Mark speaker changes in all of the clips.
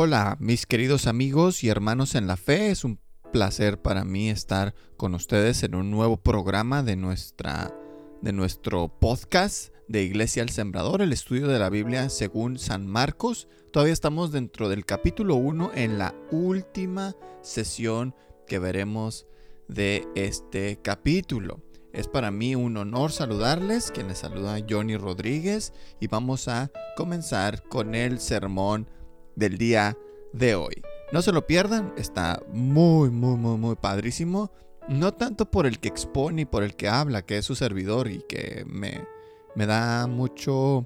Speaker 1: Hola, mis queridos amigos y hermanos en la fe. Es un placer para mí estar con ustedes en un nuevo programa de nuestro podcast de Iglesia El Sembrador, el estudio de la Biblia según San Marcos. Todavía estamos dentro del capítulo 1 en la última sesión que veremos de este capítulo. Es para mí un honor saludarles, quien les saluda Johnny Rodríguez, y vamos a comenzar con el sermón del día de hoy. No se lo pierdan, está muy padrísimo. No tanto por el que expone y por el que habla, que es su servidor y que me da mucho,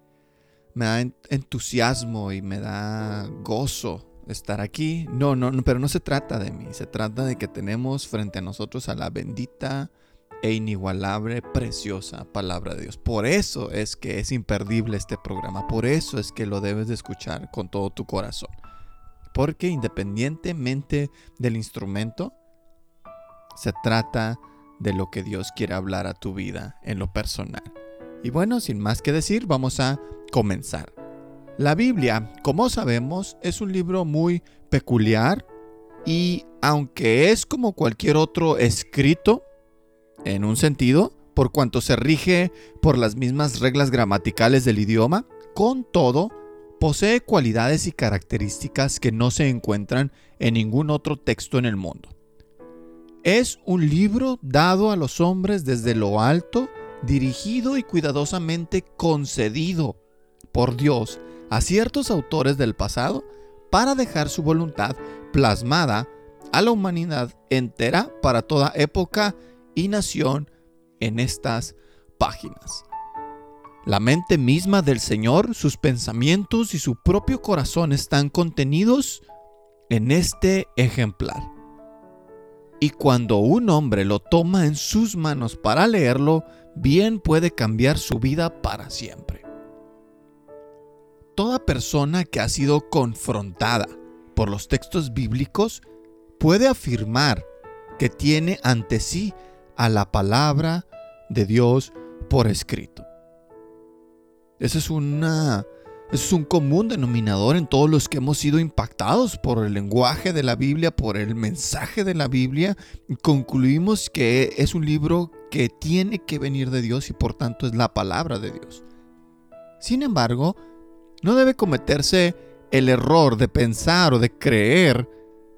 Speaker 1: entusiasmo y me da gozo estar aquí. No, pero no se trata de mí. Se trata de que tenemos frente a nosotros a la bendita e inigualable, preciosa palabra de Dios. Por eso es que es imperdible este programa. Por eso es que lo debes de escuchar con todo tu corazón. Porque independientemente del instrumento, se trata de lo que Dios quiere hablar a tu vida en lo personal. Y bueno, sin más que decir, vamos a comenzar. La Biblia, como sabemos, es un libro muy peculiar y aunque es como cualquier otro escrito, en un sentido, por cuanto se rige por las mismas reglas gramaticales del idioma, con todo, posee cualidades y características que no se encuentran en ningún otro texto en el mundo. Es un libro dado a los hombres desde lo alto, dirigido y cuidadosamente concedido por Dios a ciertos autores del pasado para dejar su voluntad plasmada a la humanidad entera para toda época y nación en estas páginas. La mente misma del Señor, sus pensamientos y su propio corazón están contenidos en este ejemplar. Y cuando un hombre lo toma en sus manos para leerlo, bien puede cambiar su vida para siempre. Toda persona que ha sido confrontada por los textos bíblicos puede afirmar que tiene ante sí a la palabra de Dios por escrito. Ese es un común denominador en todos los que hemos sido impactados por el lenguaje de la Biblia, por el mensaje de la Biblia. Concluimos que es un libro que tiene que venir de Dios y por tanto es la palabra de Dios. Sin embargo, no debe cometerse el error de pensar o de creer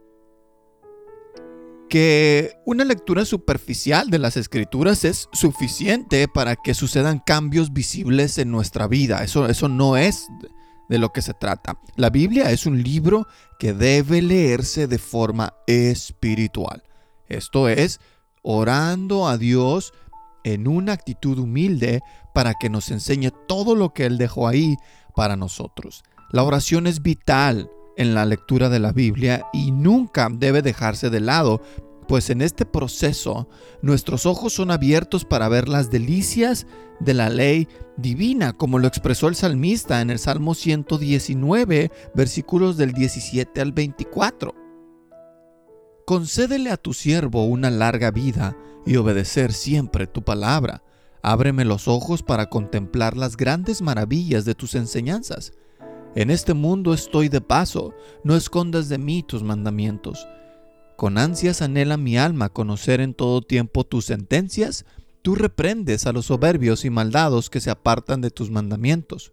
Speaker 1: que una lectura superficial de las Escrituras es suficiente para que sucedan cambios visibles en nuestra vida. Eso no es de lo que se trata. La Biblia es un libro que debe leerse de forma espiritual. Esto es, orando a Dios en una actitud humilde para que nos enseñe todo lo que Él dejó ahí para nosotros. La oración es vital en la lectura de la Biblia y nunca debe dejarse de lado, pues en este proceso nuestros ojos son abiertos para ver las delicias de la ley divina, como lo expresó el salmista en el Salmo 119, versículos del 17 al 24. Concédele a tu siervo una larga vida y obedecer siempre tu palabra. Ábreme los ojos para contemplar las grandes maravillas de tus enseñanzas. En este mundo estoy de paso, no escondas de mí tus mandamientos. Con ansias anhela mi alma conocer en todo tiempo tus sentencias. Tú reprendes a los soberbios y maldados que se apartan de tus mandamientos.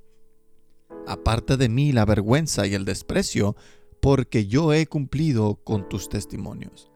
Speaker 1: Aparta de mí la vergüenza y el desprecio, porque yo he cumplido con tus testimonios.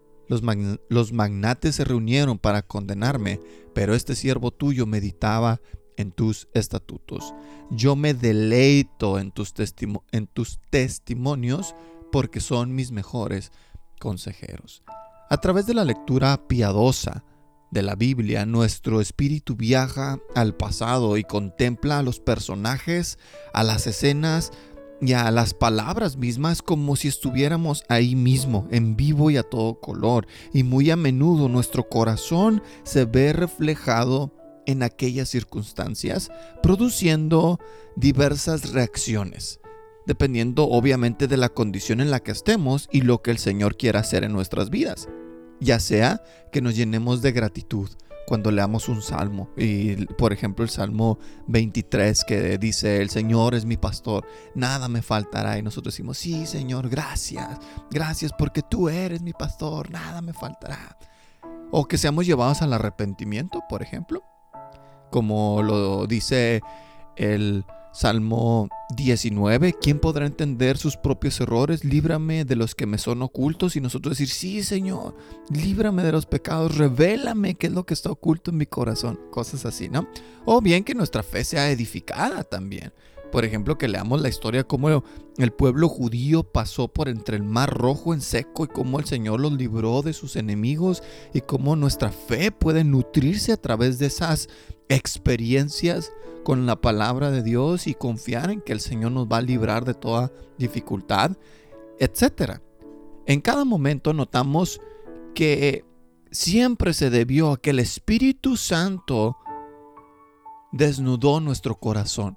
Speaker 1: Los magnates se reunieron para condenarme, pero este siervo tuyo meditaba en tus estatutos. Yo me deleito en tus testimonios, porque son mis mejores consejeros. A través de la lectura piadosa de la Biblia, nuestro espíritu viaja al pasado y contempla a los personajes, a las escenas y a las palabras mismas como si estuviéramos ahí mismo, en vivo y a todo color. Y muy a menudo nuestro corazón se ve reflejado en aquellas circunstancias, produciendo diversas reacciones, dependiendo obviamente de la condición en la que estemos y lo que el Señor quiera hacer en nuestras vidas, ya sea que nos llenemos de gratitud cuando leamos un salmo. Y por ejemplo el Salmo 23 que dice: el Señor es mi pastor, nada me faltará. Y nosotros decimos: sí, Señor, gracias. Gracias porque tú eres mi pastor, nada me faltará. O que seamos llevados al arrepentimiento, por ejemplo, como lo dice el Salmo 19: ¿quién podrá entender sus propios errores? Líbrame de los que me son ocultos. Y nosotros decir: sí, Señor, líbrame de los pecados, revélame qué es lo que está oculto en mi corazón. Cosas así, ¿no? O bien que nuestra fe sea edificada también. Por ejemplo, que leamos la historia cómo el pueblo judío pasó por entre el mar Rojo en seco y cómo el Señor los libró de sus enemigos, y cómo nuestra fe puede nutrirse a través de esas experiencias con la palabra de Dios y confiar en que el Señor nos va a librar de toda dificultad, etc. En cada momento notamos que siempre se debió a que el Espíritu Santo desnudó nuestro corazón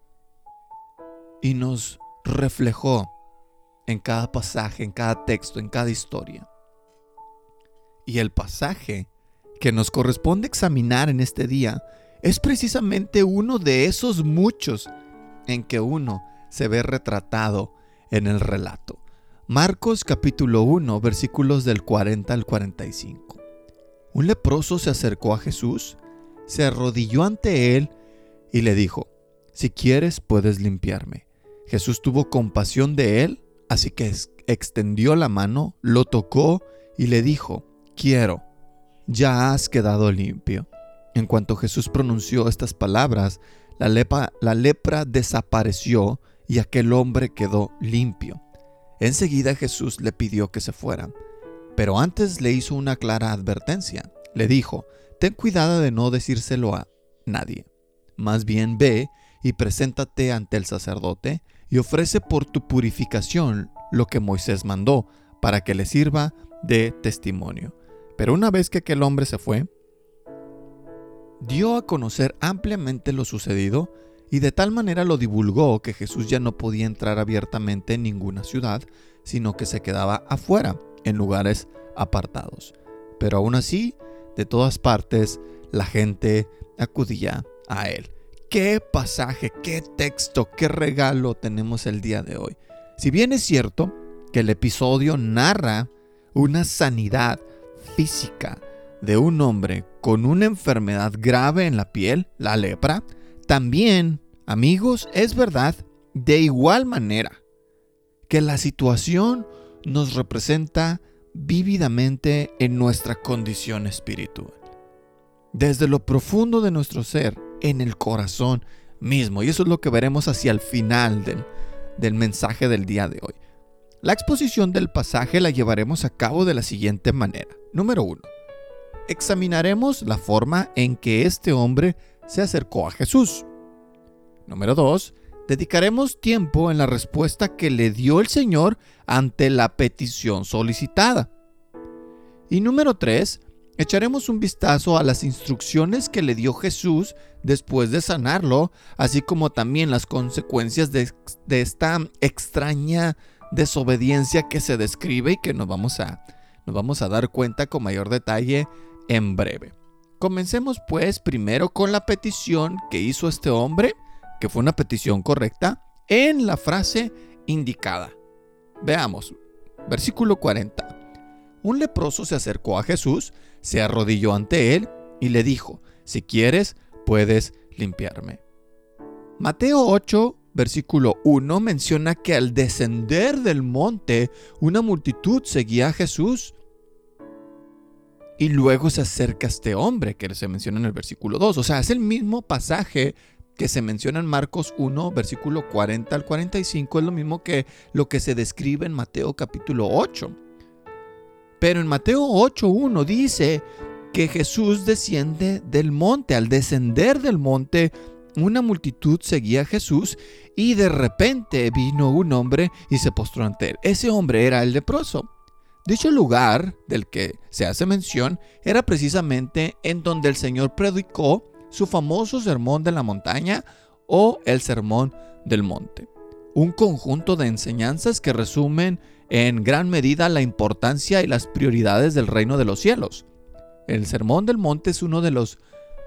Speaker 1: y nos reflejó en cada pasaje, en cada texto, en cada historia. Y el pasaje que nos corresponde examinar en este día es precisamente uno de esos muchos en que uno se ve retratado en el relato. Marcos capítulo 1, versículos del 40 al 45. Un leproso se acercó a Jesús, se arrodilló ante él y le dijo: si quieres, puedes limpiarme. Jesús tuvo compasión de él, así que extendió la mano, lo tocó y le dijo: quiero, ya has quedado limpio. En cuanto Jesús pronunció estas palabras, la lepra desapareció y aquel hombre quedó limpio. Enseguida Jesús le pidió que se fuera, pero antes le hizo una clara advertencia. Le dijo: ten cuidado de no decírselo a nadie. Más bien ve y preséntate ante el sacerdote y ofrece por tu purificación lo que Moisés mandó, para que le sirva de testimonio. Pero una vez que aquel hombre se fue, dio a conocer ampliamente lo sucedido y de tal manera lo divulgó que Jesús ya no podía entrar abiertamente en ninguna ciudad, sino que se quedaba afuera, en lugares apartados. Pero aún así, de todas partes, la gente acudía a él. ¿Qué pasaje, qué texto, qué regalo tenemos el día de hoy? Si bien es cierto que el episodio narra una sanidad física de un hombre con una enfermedad grave en la piel, la lepra, también, amigos, es verdad de igual manera que la situación nos representa vívidamente en nuestra condición espiritual. Desde lo profundo de nuestro ser, en el corazón mismo. Y eso es lo que veremos hacia el final del mensaje del día de hoy. La exposición del pasaje la llevaremos a cabo de la siguiente manera. Número 1. Examinaremos la forma en que este hombre se acercó a Jesús. Número 2. Dedicaremos tiempo en la respuesta que le dio el Señor ante la petición solicitada. Y número 3. Echaremos un vistazo a las instrucciones que le dio Jesús después de sanarlo, así como también las consecuencias de esta extraña desobediencia que se describe y que nos vamos a dar cuenta con mayor detalle en breve. Comencemos pues primero con la petición que hizo este hombre, que fue una petición correcta, en la frase indicada. Veamos, versículo 40. Un leproso se acercó a Jesús, se arrodilló ante él y le dijo: si quieres, puedes limpiarme. Mateo 8, versículo 1 menciona que al descender del monte, una multitud seguía a Jesús. Y luego se acerca este hombre que se menciona en el versículo 2. O sea, es el mismo pasaje que se menciona en Marcos 1, versículo 40 al 45. Es lo mismo que lo que se describe en Mateo capítulo 8. Pero en Mateo 8:1 dice que Jesús desciende del monte. Al descender del monte, una multitud seguía a Jesús y de repente vino un hombre y se postró ante él. Ese hombre era el leproso. Dicho lugar del que se hace mención era precisamente en donde el Señor predicó su famoso sermón de la montaña o el sermón del monte. Un conjunto de enseñanzas que resumen en gran medida la importancia y las prioridades del reino de los cielos. El Sermón del Monte es uno de los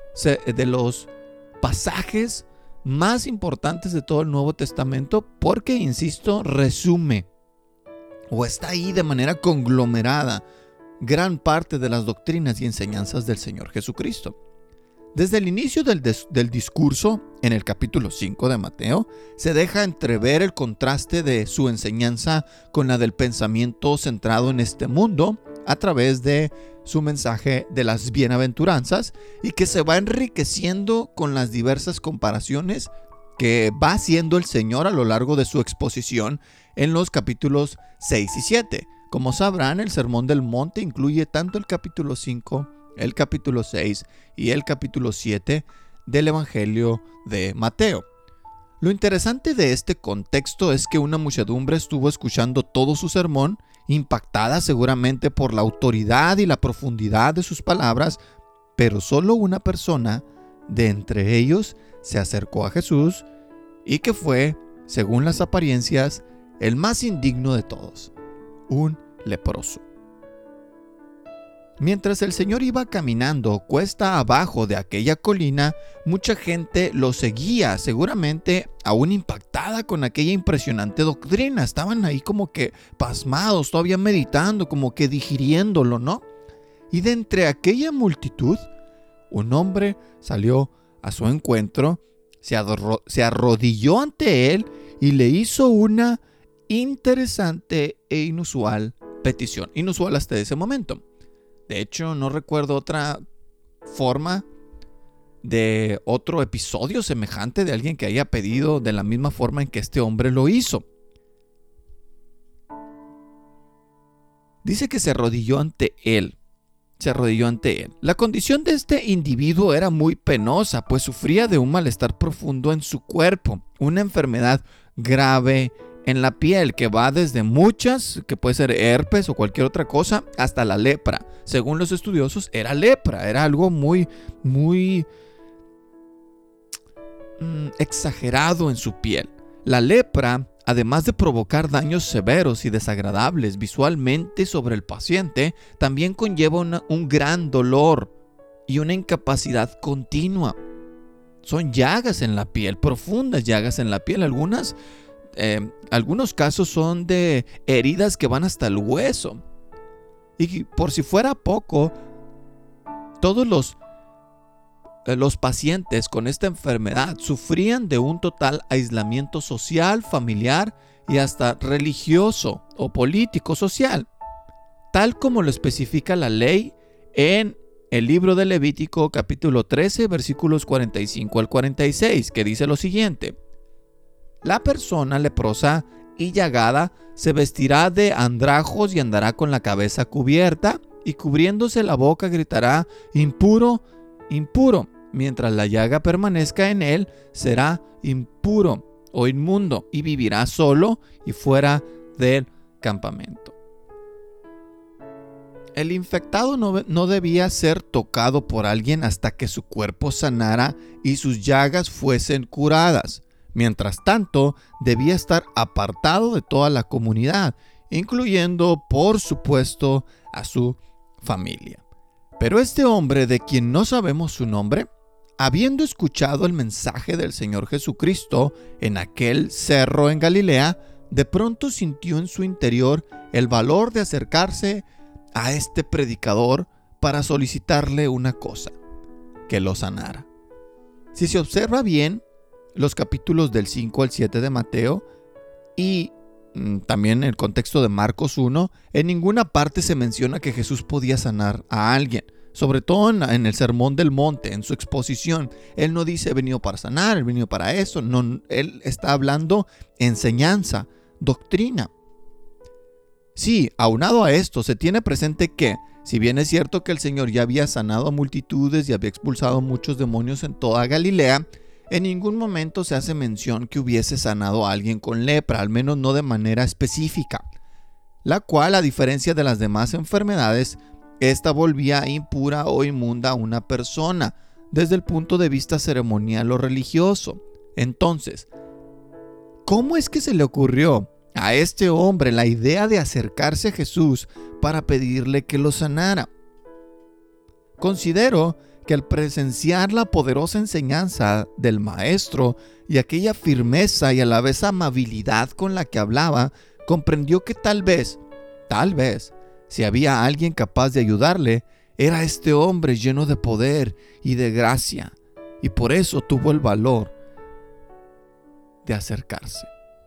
Speaker 1: pasajes más importantes de todo el Nuevo Testamento porque, insisto, resume o está ahí de manera conglomerada gran parte de las doctrinas y enseñanzas del Señor Jesucristo. Desde el inicio del discurso, en el capítulo 5 de Mateo, se deja entrever el contraste de su enseñanza con la del pensamiento centrado en este mundo a través de su mensaje de las bienaventuranzas, y que se va enriqueciendo con las diversas comparaciones que va haciendo el Señor a lo largo de su exposición en los capítulos 6 y 7. Como sabrán, el Sermón del Monte incluye tanto el capítulo 5, el capítulo 6 y el capítulo 7 del Evangelio de Mateo. Lo interesante de este contexto es que una muchedumbre estuvo escuchando todo su sermón, impactada seguramente por la autoridad y la profundidad de sus palabras, pero solo una persona de entre ellos se acercó a Jesús, y que fue, según las apariencias, el más indigno de todos, un leproso. Mientras el Señor iba caminando cuesta abajo de aquella colina, mucha gente lo seguía, seguramente aún impactada con aquella impresionante doctrina. Estaban ahí como que pasmados, todavía meditando, como que digiriéndolo, ¿no? Y de entre aquella multitud, un hombre salió a su encuentro, se arrodilló ante él y le hizo una interesante e inusual petición. Inusual hasta ese momento. De hecho, no recuerdo otra forma de otro episodio semejante de alguien que haya pedido de la misma forma en que este hombre lo hizo. Dice que se arrodilló ante él. La condición de este individuo era muy penosa, pues sufría de un malestar profundo en su cuerpo, una enfermedad grave en la piel que va desde muchas, que puede ser herpes o cualquier otra cosa, hasta la lepra. Según los estudiosos, era lepra, era algo muy exagerado en su piel. La lepra, además de provocar daños severos y desagradables visualmente sobre el paciente, también conlleva un gran dolor y una incapacidad continua. Son llagas en la piel, profundas llagas en la piel. Algunos casos son de heridas que van hasta el hueso. Y por si fuera poco, todos los pacientes con esta enfermedad sufrían de un total aislamiento social, familiar y hasta religioso o político social, tal como lo especifica la ley en el libro de Levítico capítulo 13 versículos 45 al 46, que dice lo siguiente: la persona leprosa y llagada se vestirá de andrajos y andará con la cabeza cubierta, y cubriéndose la boca gritará: impuro, impuro. Mientras la llaga permanezca en él, será impuro o inmundo, y vivirá solo y fuera del campamento. El infectado no debía ser tocado por alguien hasta que su cuerpo sanara y sus llagas fuesen curadas. Mientras tanto, debía estar apartado de toda la comunidad, incluyendo, por supuesto, a su familia. Pero este hombre, de quien no sabemos su nombre, habiendo escuchado el mensaje del Señor Jesucristo en aquel cerro en Galilea, de pronto sintió en su interior el valor de acercarse a este predicador para solicitarle una cosa: que lo sanara. Si se observa bien los capítulos del 5 al 7 de Mateo y también el contexto de Marcos 1, en ninguna parte se menciona que Jesús podía sanar a alguien. Sobre todo en el Sermón del Monte, en su exposición, Él no dice: he venido para sanar, he venido para eso. No, Él está hablando enseñanza, doctrina. Sí, aunado a esto, se tiene presente que, si bien es cierto que el Señor ya había sanado a multitudes y había expulsado muchos demonios en toda Galilea, en ningún momento se hace mención que hubiese sanado a alguien con lepra, al menos no de manera específica, la cual, a diferencia de las demás enfermedades, esta volvía impura o inmunda a una persona desde el punto de vista ceremonial o religioso. Entonces, ¿cómo es que se le ocurrió a este hombre la idea de acercarse a Jesús para pedirle que lo sanara? Considero que al presenciar la poderosa enseñanza del maestro y aquella firmeza y a la vez amabilidad con la que hablaba, comprendió que tal vez, si había alguien capaz de ayudarle, era este hombre lleno de poder y de gracia, y por eso tuvo el valor de acercarse.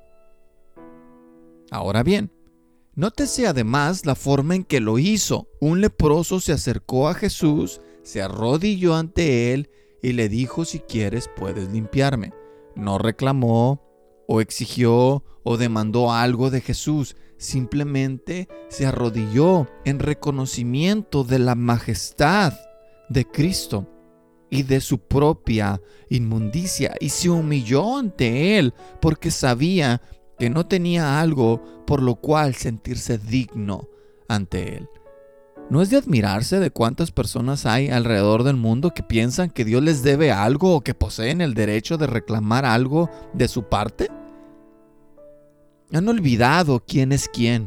Speaker 1: Ahora bien, nótese además la forma en que lo hizo. Un leproso se acercó a Jesús, se arrodilló ante él y le dijo: si quieres, puedes limpiarme. No reclamó o exigió o demandó algo de Jesús. Simplemente se arrodilló en reconocimiento de la majestad de Cristo y de su propia inmundicia, y se humilló ante él porque sabía que no tenía algo por lo cual sentirse digno ante él. ¿No es de admirarse de cuántas personas hay alrededor del mundo que piensan que Dios les debe algo o que poseen el derecho de reclamar algo de su parte? Han olvidado quién es quién.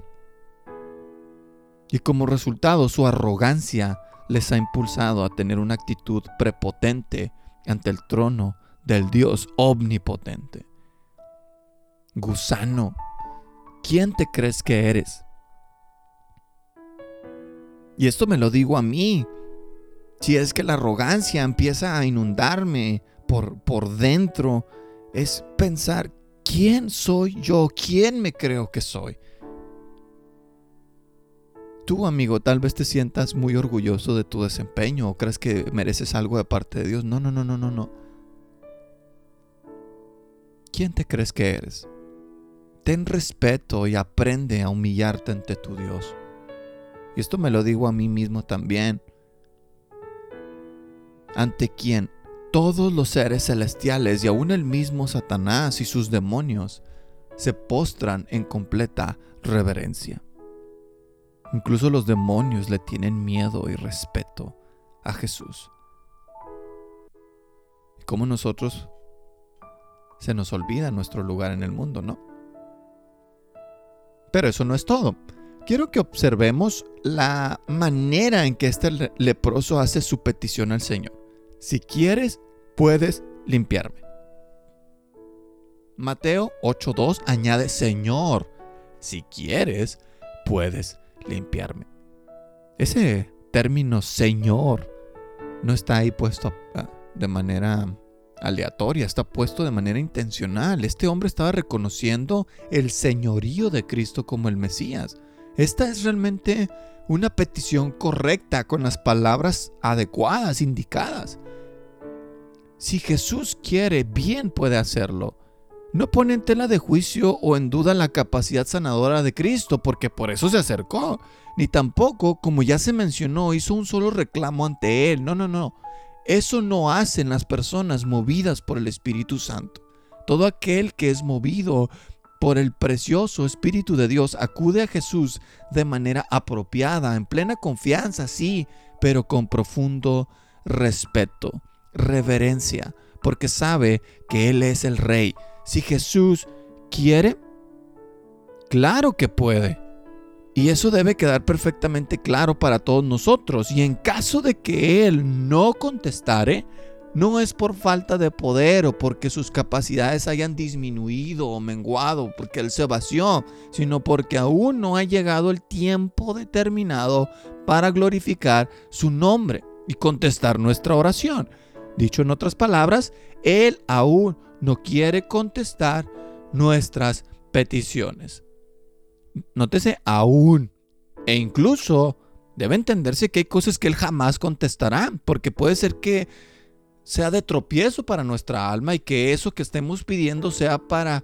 Speaker 1: Y como resultado, su arrogancia les ha impulsado a tener una actitud prepotente ante el trono del Dios omnipotente. Gusano, ¿quién te crees que eres? Y esto me lo digo a mí. Si es que la arrogancia empieza a inundarme por dentro, es pensar: ¿quién soy yo? ¿Quién me creo que soy? Tú, amigo, tal vez te sientas muy orgulloso de tu desempeño o crees que mereces algo de parte de Dios. No. ¿Quién te crees que eres? Ten respeto y aprende a humillarte ante tu Dios. Y esto me lo digo a mí mismo también. Ante quien todos los seres celestiales y aún el mismo Satanás y sus demonios se postran en completa reverencia. Incluso los demonios le tienen miedo y respeto a Jesús. Y como nosotros se nos olvida nuestro lugar en el mundo, ¿no? Pero eso no es todo. Quiero que observemos la manera en que este leproso hace su petición al Señor. Si quieres, puedes limpiarme. Mateo 8:2 añade: Señor, si quieres, puedes limpiarme. Ese término Señor no está ahí puesto de manera aleatoria, está puesto de manera intencional. Este hombre estaba reconociendo el señorío de Cristo como el Mesías. Esta es realmente una petición correcta, con las palabras adecuadas, indicadas. Si Jesús quiere, bien puede hacerlo. No pone en tela de juicio o en duda la capacidad sanadora de Cristo, porque por eso se acercó. Ni tampoco, como ya se mencionó, hizo un solo reclamo ante él. No. Eso no hacen las personas movidas por el Espíritu Santo. Todo aquel que es movido por el precioso Espíritu de Dios acude a Jesús de manera apropiada, en plena confianza, sí, pero con profundo respeto, reverencia, porque sabe que Él es el Rey. Si Jesús quiere, claro que puede. Y eso debe quedar perfectamente claro para todos nosotros. Y en caso de que Él no contestare, no es por falta de poder o porque sus capacidades hayan disminuido o menguado, porque Él se vació, sino porque aún no ha llegado el tiempo determinado para glorificar su nombre y contestar nuestra oración. Dicho en otras palabras, Él aún no quiere contestar nuestras peticiones. Nótese aún. E incluso debe entenderse que hay cosas que Él jamás contestará, porque puede ser que sea de tropiezo para nuestra alma y que eso que estemos pidiendo sea para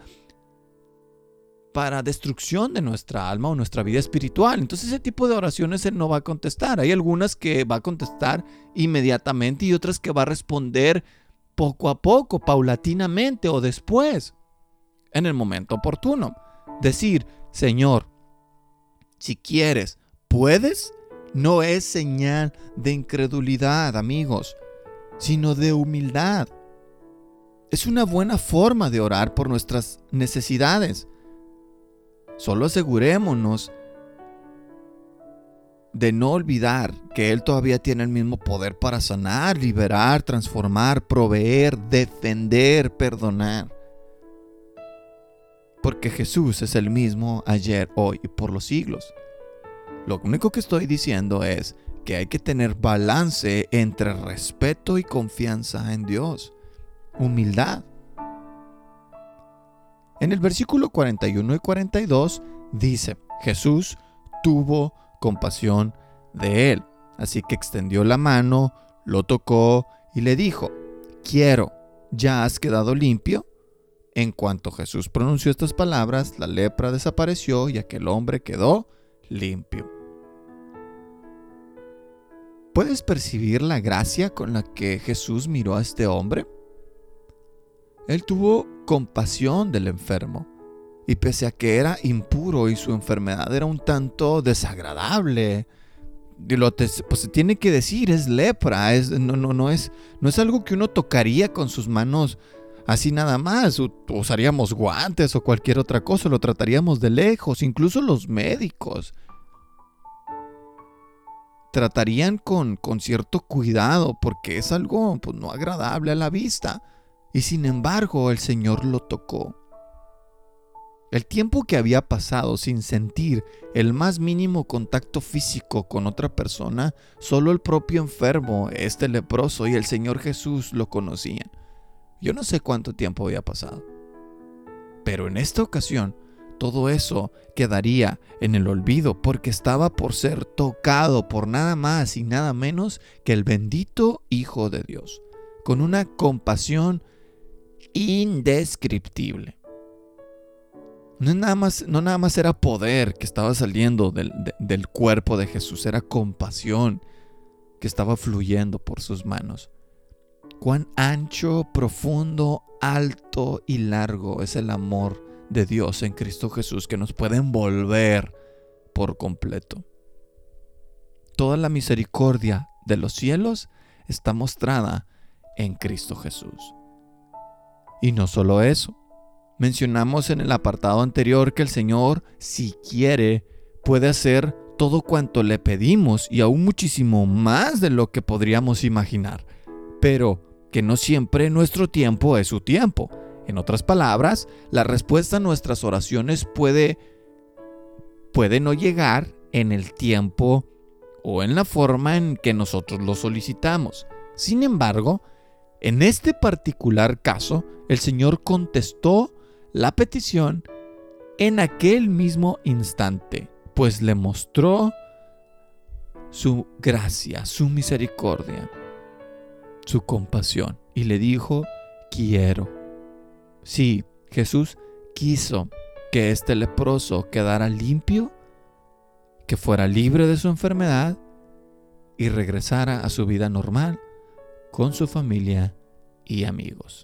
Speaker 1: destrucción de nuestra alma o nuestra vida espiritual. Entonces ese tipo de oraciones Él no va a contestar. Hay algunas que va a contestar inmediatamente y otras que va a responder poco a poco, paulatinamente o después, en el momento oportuno. Decir: Señor, si quieres, puedes, no es señal de incredulidad, amigos, sino de humildad. Es una buena forma de orar por nuestras necesidades. Solo asegurémonos de no olvidar que Él todavía tiene el mismo poder para sanar, liberar, transformar, proveer, defender, perdonar. Porque Jesús es el mismo ayer, hoy y por los siglos. Lo único que estoy diciendo es que hay que tener balance entre respeto y confianza en Dios. Humildad. En el versículo 41 y 42 dice, Jesús tuvo compasión de él. Así que extendió la mano, lo tocó y le dijo, quiero, ¿ya has quedado limpio? En cuanto Jesús pronunció estas palabras, la lepra desapareció y aquel hombre quedó limpio. ¿Puedes percibir la gracia con la que Jesús miró a este hombre? Él tuvo compasión del enfermo, y pese a que era impuro y su enfermedad era un tanto desagradable, pues se tiene que decir, es lepra, no es algo que uno tocaría con sus manos así nada más. Usaríamos guantes o cualquier otra cosa, lo trataríamos de lejos. Incluso los médicos tratarían con cierto cuidado porque es algo pues, no agradable a la vista. Y sin embargo el Señor lo tocó. El tiempo que había pasado sin sentir el más mínimo contacto físico con otra persona, solo el propio enfermo, este leproso y el Señor Jesús lo conocían. Yo no sé cuánto tiempo había pasado. Pero en esta ocasión, todo eso quedaría en el olvido porque estaba por ser tocado por nada más y nada menos que el bendito Hijo de Dios, con una compasión indescriptible. No nada más era poder que estaba saliendo del cuerpo de Jesús, era compasión que estaba fluyendo por sus manos. Cuán ancho, profundo, alto y largo es el amor de Dios en Cristo Jesús que nos puede envolver por completo. Toda la misericordia de los cielos está mostrada en Cristo Jesús. Y no solo eso. Mencionamos en el apartado anterior que el Señor, si quiere, puede hacer todo cuanto le pedimos y aún muchísimo más de lo que podríamos imaginar, pero que no siempre nuestro tiempo es su tiempo. En otras palabras, la respuesta a nuestras oraciones puede no llegar en el tiempo o en la forma en que nosotros lo solicitamos. Sin embargo, en este particular caso, el Señor contestó la petición en aquel mismo instante, pues le mostró su gracia, su misericordia, su compasión y le dijo, quiero. Sí, Jesús quiso que este leproso quedara limpio, que fuera libre de su enfermedad y regresara a su vida normal con su familia y amigos.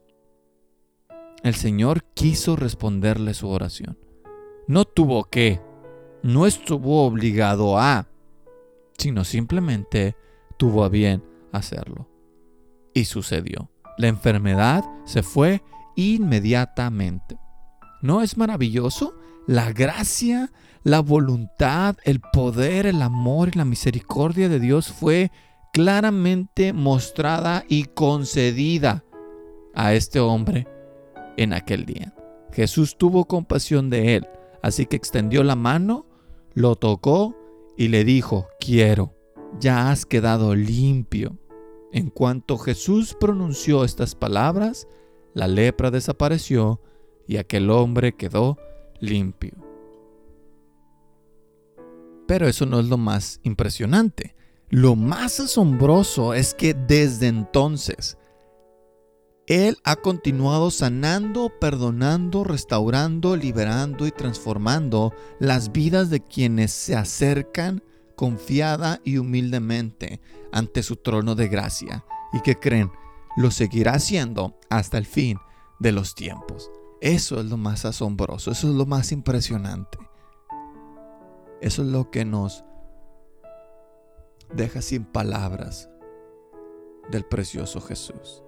Speaker 1: El Señor quiso responderle su oración. No tuvo que, no estuvo obligado a, sino simplemente tuvo a bien hacerlo. Y sucedió. La enfermedad se fue inmediatamente. ¿No es maravilloso? La gracia, la voluntad, el poder, el amor y la misericordia de Dios fue claramente mostrada y concedida a este hombre en aquel día. Jesús tuvo compasión de él, así que extendió la mano, lo tocó y le dijo, quiero, ya has quedado limpio. En cuanto Jesús pronunció estas palabras, la lepra desapareció y aquel hombre quedó limpio. Pero eso no es lo más impresionante. Lo más asombroso es que desde entonces Él ha continuado sanando, perdonando, restaurando, liberando y transformando las vidas de quienes se acercan confiada y humildemente ante su trono de gracia. ¿Y qué creen? Lo seguirá haciendo hasta el fin de los tiempos. Eso es lo más asombroso, eso es lo más impresionante. Eso es lo que nos deja sin palabras del precioso Jesús.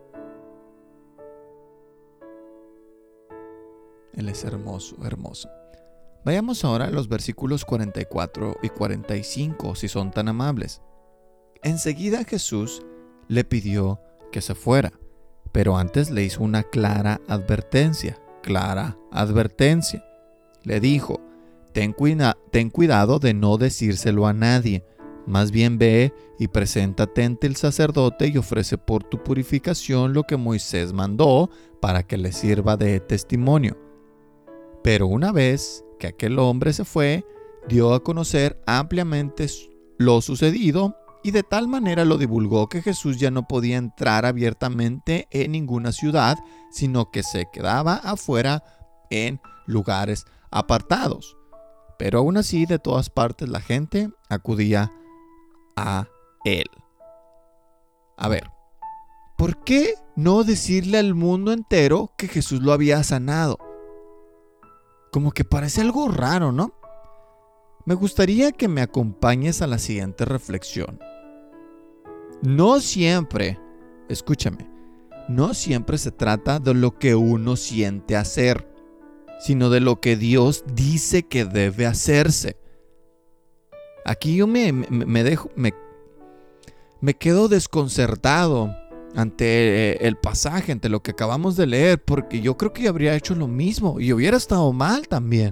Speaker 1: Él es hermoso, hermoso. Vayamos ahora a los versículos 44 y 45, si son tan amables. Enseguida Jesús le pidió que se fuera, pero antes le hizo una clara advertencia. Le dijo: ten cuidado de no decírselo a nadie. Más bien ve y preséntate ante el sacerdote y ofrece por tu purificación lo que Moisés mandó para que le sirva de testimonio. Pero una vez que aquel hombre se fue, dio a conocer ampliamente lo sucedido y de tal manera lo divulgó que Jesús ya no podía entrar abiertamente en ninguna ciudad, sino que se quedaba afuera en lugares apartados. Pero aún así, de todas partes la gente acudía a él. A ver, ¿por qué no decirle al mundo entero que Jesús lo había sanado? Como que parece algo raro, ¿no? Me gustaría que me acompañes a la siguiente reflexión. No siempre, escúchame, no siempre se trata de lo que uno siente hacer, sino de lo que Dios dice que debe hacerse. Aquí yo me quedo desconcertado ante el pasaje, ante lo que acabamos de leer, porque yo creo que yo habría hecho lo mismo y hubiera estado mal también.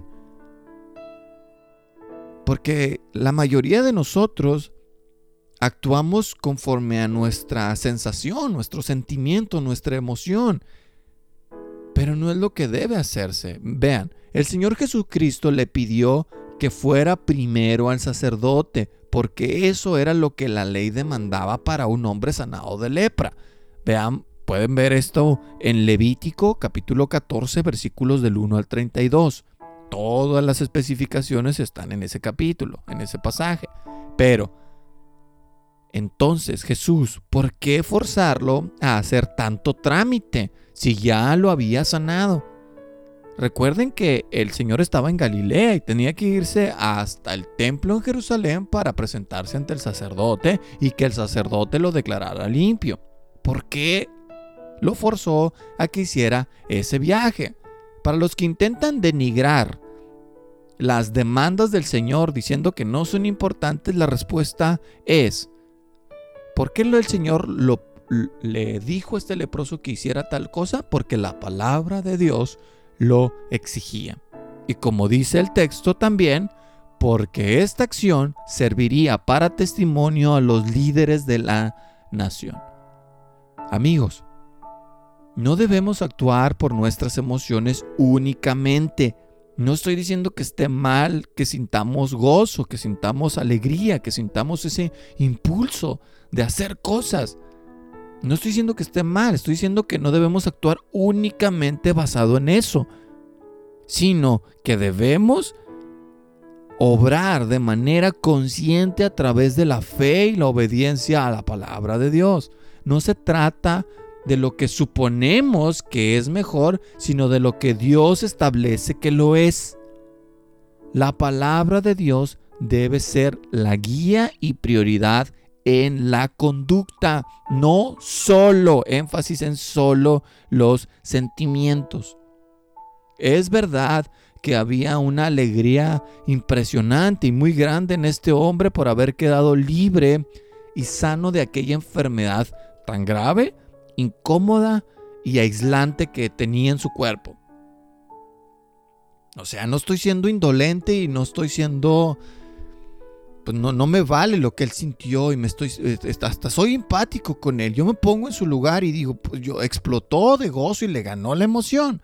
Speaker 1: Porque la mayoría de nosotros actuamos conforme a nuestra sensación, nuestro sentimiento, nuestra emoción. Pero no es lo que debe hacerse. Vean, el Señor Jesucristo le pidió que fuera primero al sacerdote, porque eso era lo que la ley demandaba para un hombre sanado de lepra. Vean, pueden ver esto en Levítico capítulo 14, versículos del 1 al 32. Todas las especificaciones están en ese capítulo, en ese pasaje. Pero, entonces Jesús, ¿por qué forzarlo a hacer tanto trámite si ya lo había sanado? Recuerden que el Señor estaba en Galilea y tenía que irse hasta el templo en Jerusalén para presentarse ante el sacerdote y que el sacerdote lo declarara limpio. ¿Por qué lo forzó a que hiciera ese viaje? Para los que intentan denigrar las demandas del Señor diciendo que no son importantes, la respuesta es: ¿por qué el Señor le dijo a este leproso que hiciera tal cosa? Porque la palabra de Dios lo exigía. Y como dice el texto también, porque esta acción serviría para testimonio a los líderes de la nación. Amigos, no debemos actuar por nuestras emociones únicamente. No estoy diciendo que esté mal que sintamos gozo, que sintamos alegría, que sintamos ese impulso de hacer cosas. No estoy diciendo que esté mal, estoy diciendo que no debemos actuar únicamente basado en eso, sino que debemos obrar de manera consciente a través de la fe y la obediencia a la palabra de Dios. No se trata de lo que suponemos que es mejor, sino de lo que Dios establece que lo es. La palabra de Dios debe ser la guía y prioridad en la conducta, no solo, énfasis en solo los sentimientos. Es verdad que había una alegría impresionante y muy grande en este hombre por haber quedado libre y sano de aquella enfermedad tan grave, incómoda y aislante que tenía en su cuerpo. O sea, no estoy siendo indolente y no estoy siendo... Pues no me vale lo que él sintió y hasta soy empático con él. Yo me pongo en su lugar y digo, pues explotó de gozo y le ganó la emoción.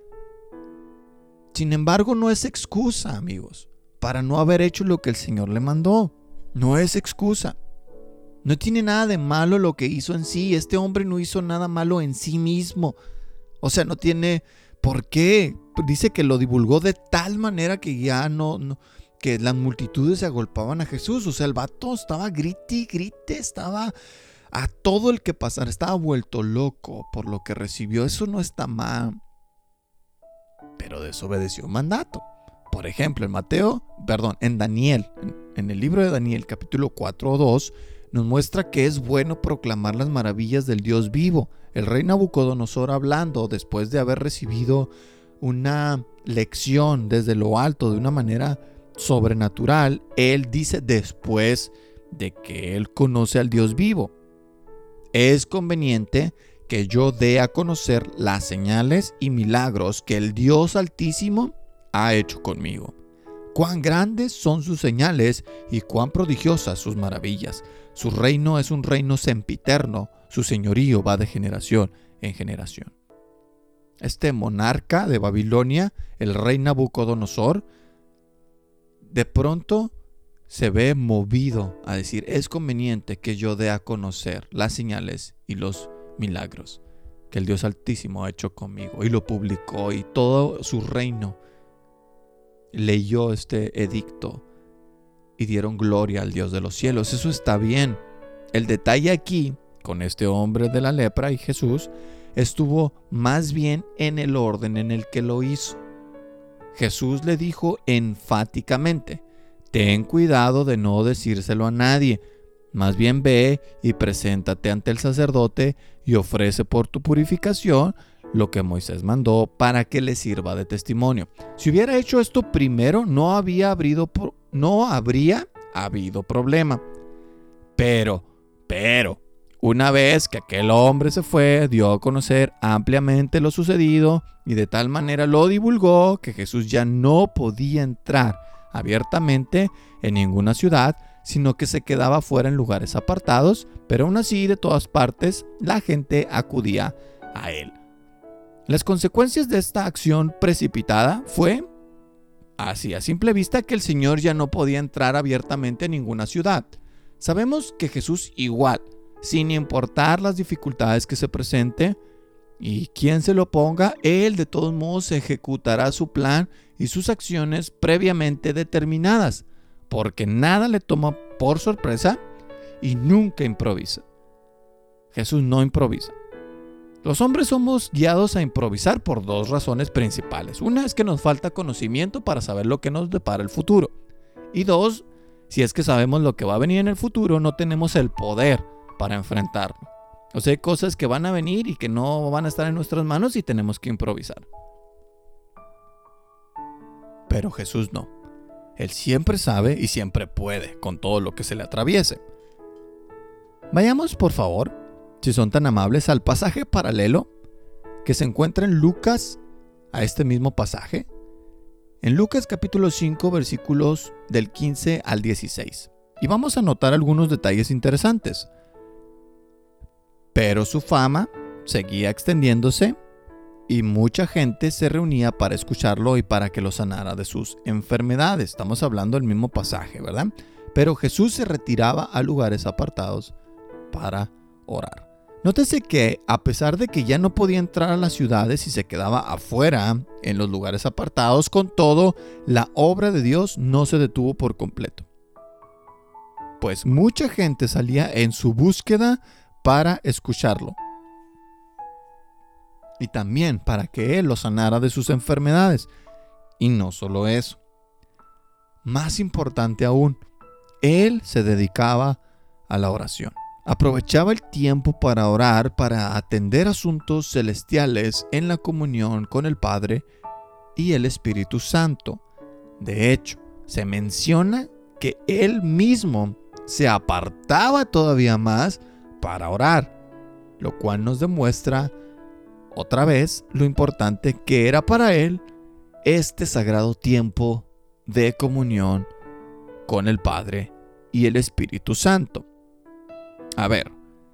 Speaker 1: Sin embargo, no es excusa, amigos, para no haber hecho lo que el Señor le mandó. No es excusa. No tiene nada de malo lo que hizo en sí. Este hombre no hizo nada malo en sí mismo. O sea, no tiene por qué. Dice que lo divulgó de tal manera que ya que las multitudes se agolpaban a Jesús. O sea, el vato estaba grite, estaba a todo el que pasara, estaba vuelto loco por lo que recibió. Eso no está mal, pero desobedeció un mandato. Por ejemplo, en Daniel, en el libro de Daniel, capítulo 4:2, nos muestra que es bueno proclamar las maravillas del Dios vivo. El rey Nabucodonosor, hablando después de haber recibido una lección desde lo alto de una manera sobrenatural, Él dice después de que Él conoce al Dios vivo: es conveniente que yo dé a conocer las señales y milagros que el Dios Altísimo ha hecho conmigo. Cuán grandes son sus señales y cuán prodigiosas sus maravillas. Su reino es un reino sempiterno, su señorío va de generación en generación. Este monarca de Babilonia, el rey Nabucodonosor, de pronto se ve movido a decir: es conveniente que yo dé a conocer las señales y los milagros que el Dios Altísimo ha hecho conmigo. Y lo publicó, y todo su reino leyó este edicto y dieron gloria al Dios de los cielos. Eso está bien. El detalle aquí con este hombre de la lepra y Jesús estuvo más bien en el orden en el que lo hizo. Jesús le dijo enfáticamente: ten cuidado de no decírselo a nadie. Más bien ve y preséntate ante el sacerdote y ofrece por tu purificación lo que Moisés mandó para que le sirva de testimonio. Si hubiera hecho esto primero, no habría habido problema. Pero, una vez que aquel hombre se fue, dio a conocer ampliamente lo sucedido y de tal manera lo divulgó que Jesús ya no podía entrar abiertamente en ninguna ciudad, sino que se quedaba fuera en lugares apartados, pero aún así de todas partes la gente acudía a él. Las consecuencias de esta acción precipitada fue, así a simple vista, que el Señor ya no podía entrar abiertamente en ninguna ciudad. Sabemos que Jesús igual, sin importar las dificultades que se presente y quien se lo ponga, Él de todos modos ejecutará su plan y sus acciones previamente determinadas, porque nada le toma por sorpresa y nunca improvisa. Jesús no improvisa. Los hombres somos guiados a improvisar por dos razones principales. Una es que nos falta conocimiento para saber lo que nos depara el futuro. Y dos, si es que sabemos lo que va a venir en el futuro, no tenemos el poder para enfrentarlo. O sea, hay cosas que van a venir y que no van a estar en nuestras manos y tenemos que improvisar. Pero Jesús no. Él siempre sabe y siempre puede con todo lo que se le atraviese. Vayamos, por favor, si son tan amables, al pasaje paralelo que se encuentra en Lucas, a este mismo pasaje. En Lucas capítulo 5, versículos del 15 al 16. Y vamos a notar algunos detalles interesantes. Pero su fama seguía extendiéndose y mucha gente se reunía para escucharlo y para que lo sanara de sus enfermedades. Estamos hablando del mismo pasaje, ¿verdad? Pero Jesús se retiraba a lugares apartados para orar. Nótese que a pesar de que ya no podía entrar a las ciudades y se quedaba afuera en los lugares apartados, con todo, la obra de Dios no se detuvo por completo. Pues mucha gente salía en su búsqueda para escucharlo. Y también para que Él lo sanara de sus enfermedades. Y no solo eso. Más importante aún, Él se dedicaba a la oración. Aprovechaba el tiempo para orar, para atender asuntos celestiales en la comunión con el Padre y el Espíritu Santo. De hecho, se menciona que Él mismo se apartaba todavía más para orar, lo cual nos demuestra otra vez lo importante que era para Él este sagrado tiempo de comunión con el Padre y el Espíritu Santo. A ver,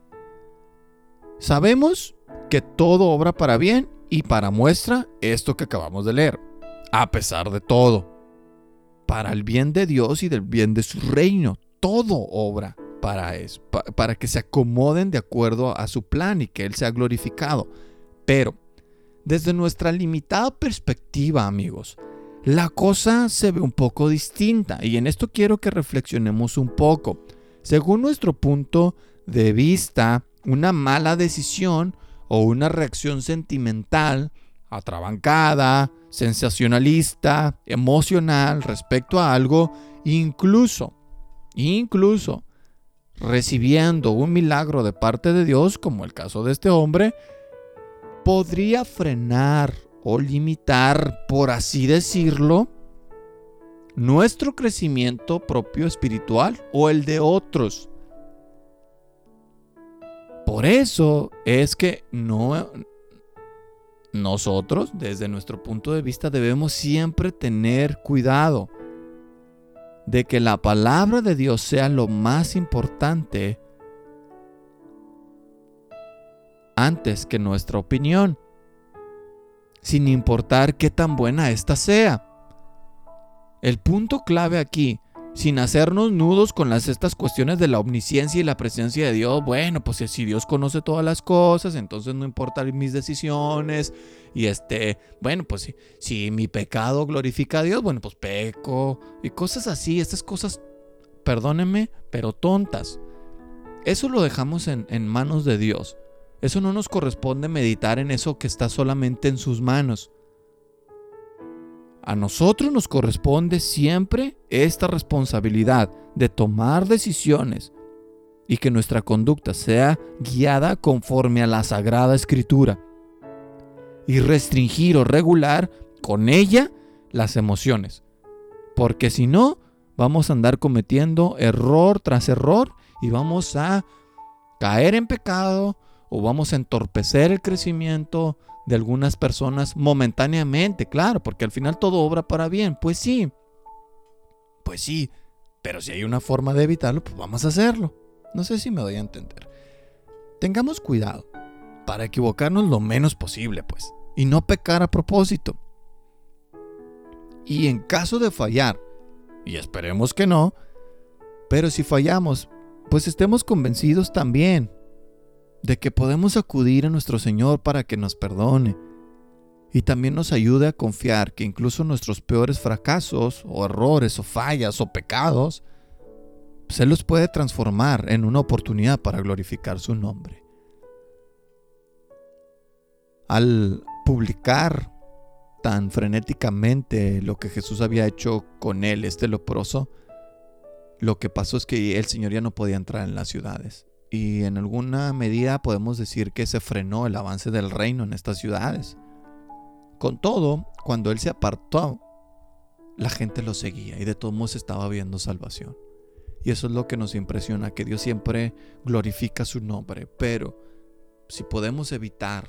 Speaker 1: sabemos que todo obra para bien y para muestra esto que acabamos de leer. A pesar de todo, para el bien de Dios y del bien de su reino, todo obra para eso, para que se acomoden de acuerdo a su plan y que Él sea glorificado. Pero, desde nuestra limitada perspectiva, amigos, la cosa se ve un poco distinta y en esto quiero que reflexionemos un poco. Según nuestro punto de vista, una mala decisión o una reacción sentimental, atrabancada, sensacionalista, emocional respecto a algo, incluso recibiendo un milagro de parte de Dios, como el caso de este hombre, podría frenar o limitar, por así decirlo, nuestro crecimiento propio espiritual o el de otros. Por eso es que nosotros, desde nuestro punto de vista, debemos siempre tener cuidado de que la palabra de Dios sea lo más importante antes que nuestra opinión, sin importar qué tan buena ésta sea. El punto clave aquí, sin hacernos nudos con estas cuestiones de la omnisciencia y la presencia de Dios, bueno, pues si Dios conoce todas las cosas, entonces no importan mis decisiones, y bueno, pues si mi pecado glorifica a Dios, bueno, pues peco, y cosas así, estas cosas, perdónenme, pero tontas. Eso lo dejamos en manos de Dios. Eso no nos corresponde meditar en eso que está solamente en sus manos. A nosotros nos corresponde siempre esta responsabilidad de tomar decisiones y que nuestra conducta sea guiada conforme a la Sagrada Escritura y restringir o regular con ella las emociones, porque si no, vamos a andar cometiendo error tras error y vamos a caer en pecado o vamos a entorpecer el crecimiento de algunas personas momentáneamente, claro, porque al final todo obra para bien. Pues sí, pero si hay una forma de evitarlo, pues vamos a hacerlo. No sé si me doy a entender. Tengamos cuidado para equivocarnos lo menos posible, pues, y no pecar a propósito. Y en caso de fallar, y esperemos que no, pero si fallamos, pues estemos convencidos también de que podemos acudir a nuestro Señor para que nos perdone y también nos ayude a confiar que incluso nuestros peores fracasos o errores o fallas o pecados se los puede transformar en una oportunidad para glorificar su nombre. Al publicar tan frenéticamente lo que Jesús había hecho con él, este leproso, lo que pasó es que el Señor ya no podía entrar en las ciudades. Y en alguna medida podemos decir que se frenó el avance del reino en estas ciudades. Con todo, cuando él se apartó, la gente lo seguía y de todos modos estaba viendo salvación. Y eso es lo que nos impresiona, que Dios siempre glorifica su nombre. Pero si podemos evitar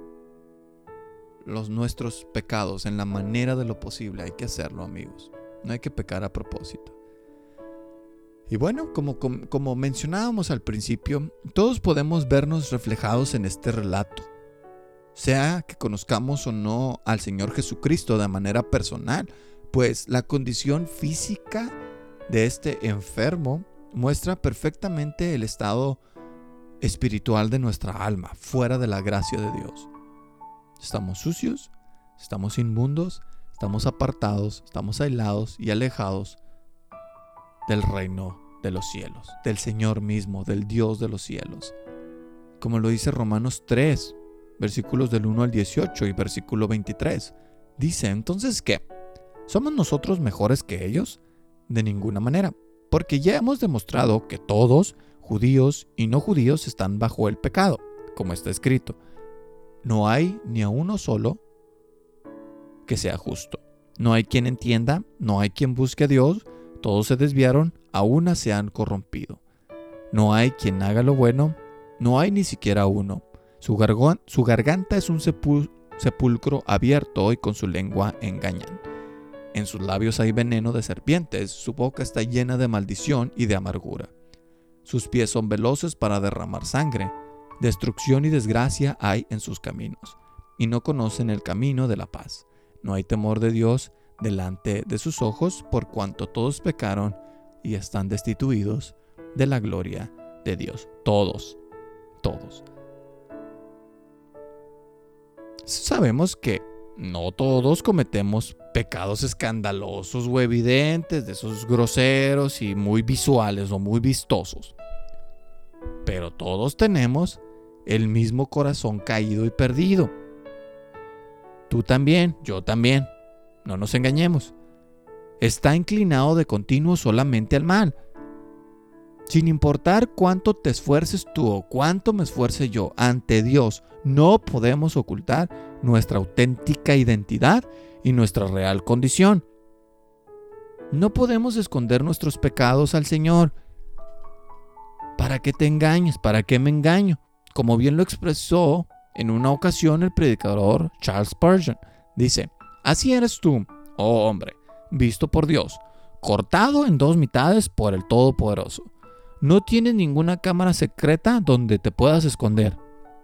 Speaker 1: nuestros pecados en la manera de lo posible, hay que hacerlo, amigos. No hay que pecar a propósito. Y bueno, como mencionábamos al principio, todos podemos vernos reflejados en este relato. Sea que conozcamos o no al Señor Jesucristo de manera personal, pues la condición física de este enfermo muestra perfectamente el estado espiritual de nuestra alma, fuera de la gracia de Dios. Estamos sucios, estamos inmundos, estamos apartados, estamos aislados y alejados del reino de los cielos, del Señor mismo, del Dios de los cielos. Como lo dice Romanos 3, versículos del 1 al 18 y versículo 23. Dice, ¿entonces qué? ¿Somos nosotros mejores que ellos? De ninguna manera, porque ya hemos demostrado que todos, judíos y no judíos, están bajo el pecado, como está escrito. No hay ni a uno solo que sea justo. No hay quien entienda, no hay quien busque a Dios. Todos se desviaron, a una se han corrompido. No hay quien haga lo bueno, no hay ni siquiera uno. Su garganta es un sepulcro abierto y con su lengua engañan. En sus labios hay veneno de serpientes, su boca está llena de maldición y de amargura. Sus pies son veloces para derramar sangre. Destrucción y desgracia hay en sus caminos, y no conocen el camino de la paz. No hay temor de Dios delante de sus ojos, por cuanto todos pecaron y están destituidos de la gloria de Dios. Todos. Sabemos que no todos cometemos pecados escandalosos o evidentes, de esos groseros y muy visuales o muy vistosos. Pero todos tenemos el mismo corazón caído y perdido. Tú también, yo también. No nos engañemos. Está inclinado de continuo solamente al mal. Sin importar cuánto te esfuerces tú o cuánto me esfuerce yo, ante Dios no podemos ocultar nuestra auténtica identidad y nuestra real condición. No podemos esconder nuestros pecados al Señor. ¿Para qué te engañes? ¿Para qué me engaño? Como bien lo expresó en una ocasión el predicador Charles Spurgeon. Dice: así eres tú, oh hombre, visto por Dios, cortado en dos mitades por el Todopoderoso. No tienes ninguna cámara secreta donde te puedas esconder.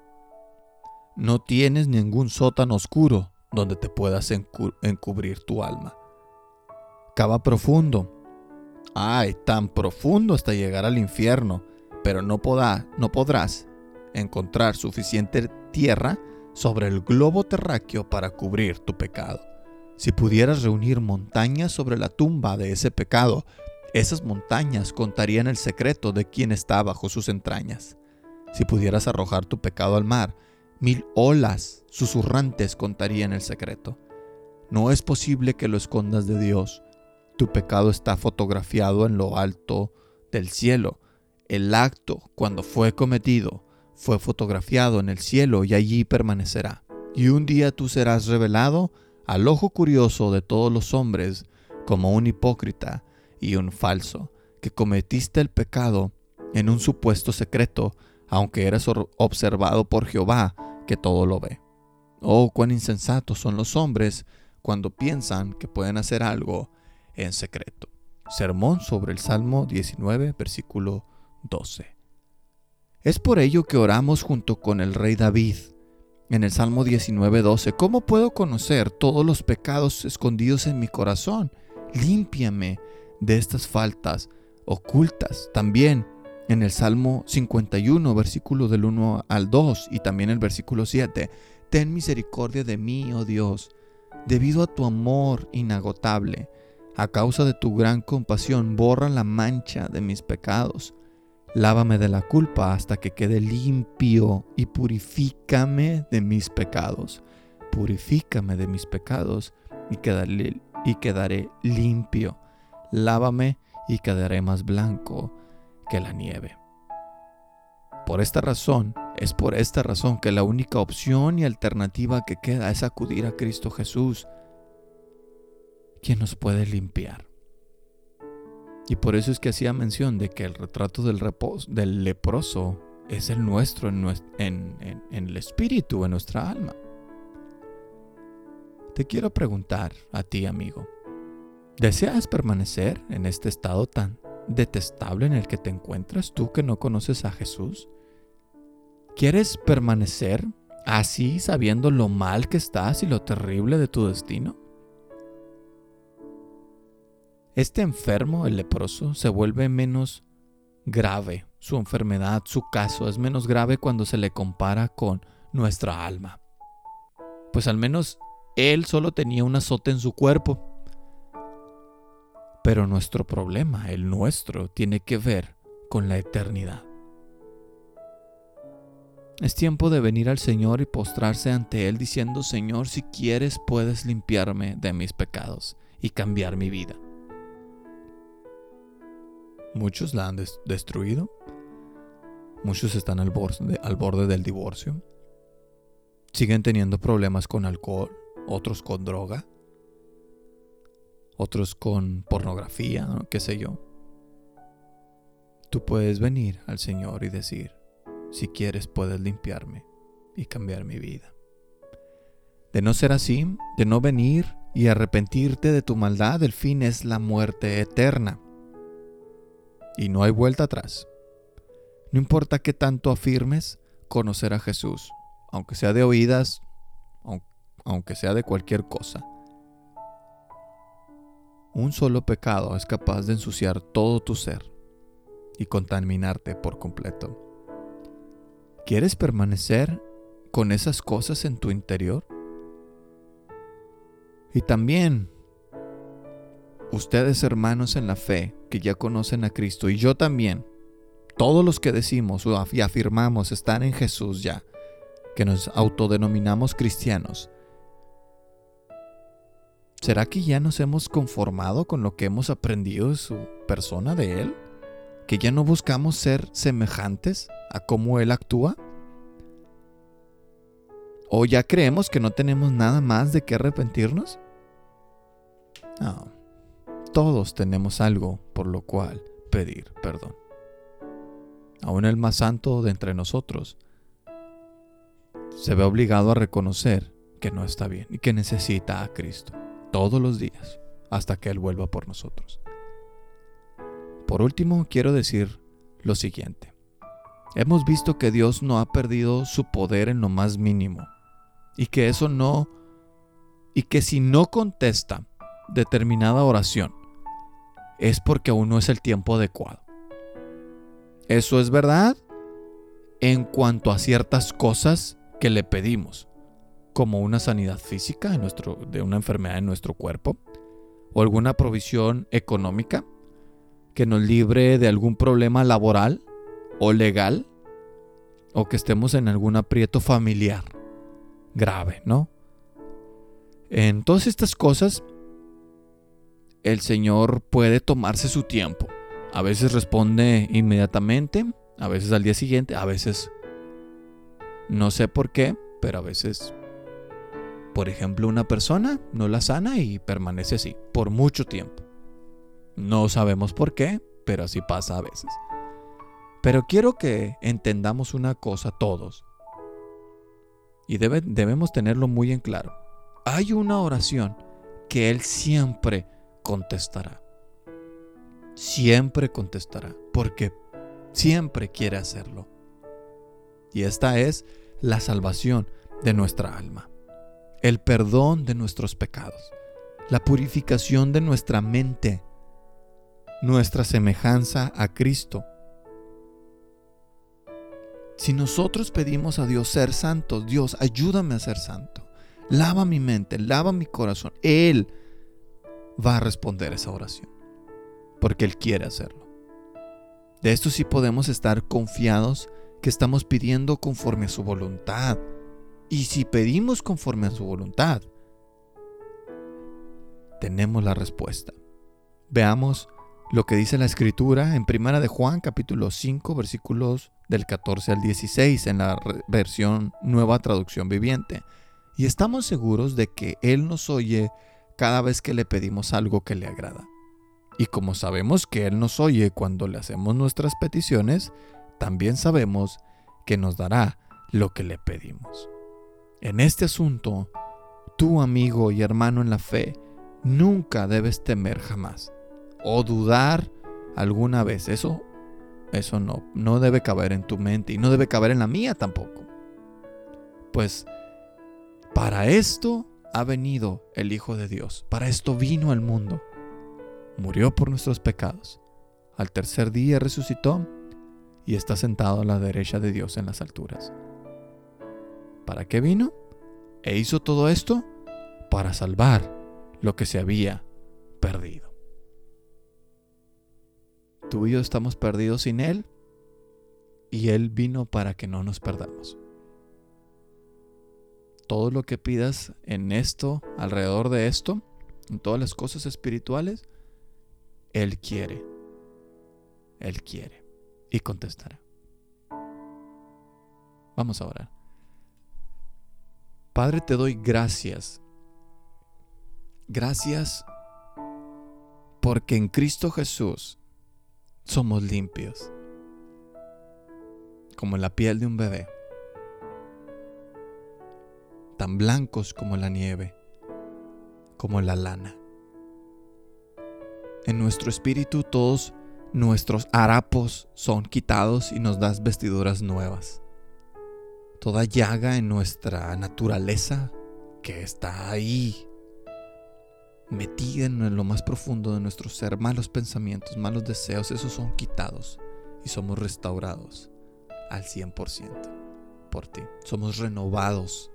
Speaker 1: No tienes ningún sótano oscuro donde te puedas encubrir tu alma. Cava profundo. Ay, tan profundo hasta llegar al infierno, pero no podrás encontrar suficiente tierra sobre el globo terráqueo para cubrir tu pecado. Si pudieras reunir montañas sobre la tumba de ese pecado, esas montañas contarían el secreto de quién está bajo sus entrañas. Si pudieras arrojar tu pecado al mar, 1000 olas susurrantes contarían el secreto. No es posible que lo escondas de Dios. Tu pecado está fotografiado en lo alto del cielo. El acto, cuando fue cometido, fue fotografiado en el cielo y allí permanecerá. Y un día tú serás revelado al ojo curioso de todos los hombres como un hipócrita y un falso, que cometiste el pecado en un supuesto secreto, aunque eres observado por Jehová, que todo lo ve. Oh, cuán insensatos son los hombres cuando piensan que pueden hacer algo en secreto. Sermón sobre el Salmo 19, versículo 12. Es por ello que oramos junto con el rey David en el Salmo 19, 12. ¿Cómo puedo conocer todos los pecados escondidos en mi corazón? Límpiame de estas faltas ocultas. También en el Salmo 51, versículo del 1 al 2 y también el versículo 7. Ten misericordia de mí, oh Dios, debido a tu amor inagotable. A causa de tu gran compasión, borra la mancha de mis pecados. Lávame de la culpa hasta que quede limpio y purifícame de mis pecados. Purifícame de mis pecados y quedaré limpio. Lávame y quedaré más blanco que la nieve. Es por esta razón que la única opción y alternativa que queda es acudir a Cristo Jesús, quien nos puede limpiar. Y por eso es que hacía mención de que el retrato del leproso es el nuestro en el espíritu, en nuestra alma. Te quiero preguntar a ti, amigo, ¿deseas permanecer en este estado tan detestable en el que te encuentras tú que no conoces a Jesús? ¿Quieres permanecer así sabiendo lo mal que estás y lo terrible de tu destino? Este enfermo, el leproso, se vuelve menos grave. Su enfermedad, su caso, es menos grave cuando se le compara con nuestra alma. Pues al menos él solo tenía un azote en su cuerpo. Pero nuestro problema, el nuestro, tiene que ver con la eternidad. Es tiempo de venir al Señor y postrarse ante Él diciendo: Señor, si quieres puedes limpiarme de mis pecados y cambiar mi vida. Muchos la han destruido. Muchos están al borde del divorcio. Siguen teniendo problemas con alcohol, otros con droga, otros con pornografía, ¿no? Qué sé yo. Tú puedes venir al Señor y decir: si quieres puedes limpiarme y cambiar mi vida. De no ser así, de no venir y arrepentirte de tu maldad, el fin es la muerte eterna. Y no hay vuelta atrás. No importa qué tanto afirmes conocer a Jesús, aunque sea de oídas, aunque sea de cualquier cosa. Un solo pecado es capaz de ensuciar todo tu ser y contaminarte por completo. ¿Quieres permanecer con esas cosas en tu interior? Y también, ustedes hermanos en la fe que ya conocen a Cristo, y yo también, todos los que decimos y afirmamos estar en Jesús ya, que nos autodenominamos cristianos, ¿será que ya nos hemos conformado con lo que hemos aprendido de su persona, de Él? ¿Que ya no buscamos ser semejantes a cómo Él actúa? ¿O ya creemos que no tenemos nada más de qué arrepentirnos? No, todos tenemos algo por lo cual pedir perdón. Aún el más santo de entre nosotros se ve obligado a reconocer que no está bien y que necesita a Cristo todos los días hasta que Él vuelva por nosotros. Por último, quiero decir lo siguiente. Hemos visto que Dios no ha perdido su poder en lo más mínimo y que si no contesta determinada oración es porque aún no es el tiempo adecuado. Eso es verdad en cuanto a ciertas cosas que le pedimos, como una sanidad física de una enfermedad en nuestro cuerpo, o alguna provisión económica que nos libre de algún problema laboral o legal, o que estemos en algún aprieto familiar grave, ¿no? En todas estas cosas, el Señor puede tomarse su tiempo. A veces responde inmediatamente, a veces al día siguiente, a veces no sé por qué, pero a veces, por ejemplo, una persona no la sana y permanece así por mucho tiempo. No sabemos por qué, pero así pasa a veces. Pero quiero que entendamos una cosa todos, y debemos tenerlo muy en claro. Hay una oración que Él siempre contestará. Siempre contestará, porque siempre quiere hacerlo. Y esta es la salvación de nuestra alma, el perdón de nuestros pecados, la purificación de nuestra mente, nuestra semejanza a Cristo. Si nosotros pedimos a Dios ser santos, Dios, ayúdame a ser santo, lava mi mente, lava mi corazón, Él va a responder esa oración, porque Él quiere hacerlo. De esto sí podemos estar confiados que estamos pidiendo conforme a su voluntad. Y si pedimos conforme a su voluntad, tenemos la respuesta. Veamos lo que dice la Escritura en 1 de Juan, capítulo 5, versículos del 14 al 16, en la versión Nueva Traducción Viviente. Y estamos seguros de que Él nos oye cada vez que le pedimos algo que le agrada. Y como sabemos que Él nos oye cuando le hacemos nuestras peticiones, también sabemos que nos dará lo que le pedimos. En este asunto, tú, amigo y hermano en la fe, nunca debes temer jamás o dudar alguna vez. Eso no debe caber en tu mente y no debe caber en la mía tampoco. Pues para esto ha venido el Hijo de Dios, para esto vino al mundo. Murió por nuestros pecados. Al tercer día resucitó y está sentado a la derecha de Dios en las alturas. ¿Para qué vino? E hizo todo esto para salvar lo que se había perdido. Tú y yo estamos perdidos sin Él y Él vino para que no nos perdamos. Todo lo que pidas en esto, alrededor de esto, en todas las cosas espirituales, Él quiere y contestará. Vamos a orar. Padre, te doy gracias. Gracias porque en Cristo Jesús somos limpios, como la piel de un bebé, tan blancos como la nieve, como la lana. En nuestro espíritu todos nuestros harapos son quitados y nos das vestiduras nuevas. Toda llaga en nuestra naturaleza que está ahí, metida en lo más profundo de nuestro ser, malos pensamientos, malos deseos, esos son quitados y somos restaurados al 100% por ti. Somos renovados.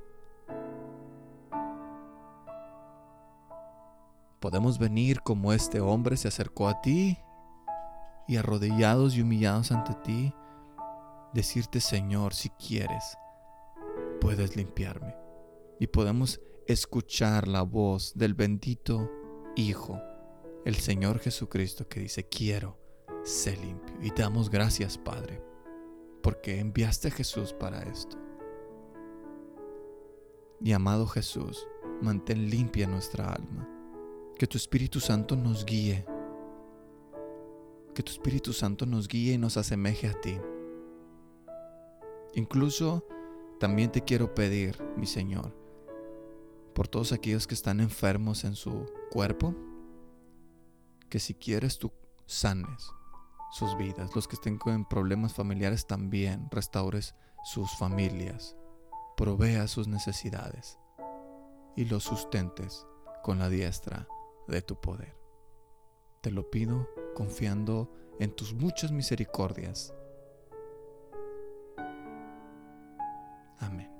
Speaker 1: Podemos venir como este hombre se acercó a ti y arrodillados y humillados ante ti, decirte: Señor, si quieres, puedes limpiarme. Y podemos escuchar la voz del bendito Hijo, el Señor Jesucristo, que dice: quiero sé limpio. Y te damos gracias, Padre, porque enviaste a Jesús para esto. Y amado Jesús, mantén limpia nuestra alma. Que tu Espíritu Santo nos guíe. Que tu Espíritu Santo nos guíe y nos asemeje a ti. Incluso también te quiero pedir, mi Señor, por todos aquellos que están enfermos en su cuerpo, que si quieres tú sanes sus vidas. Los que estén con problemas familiares también restaures sus familias, provea sus necesidades y los sustentes con la diestra de tu poder. Te lo pido confiando en tus muchas misericordias. Amén.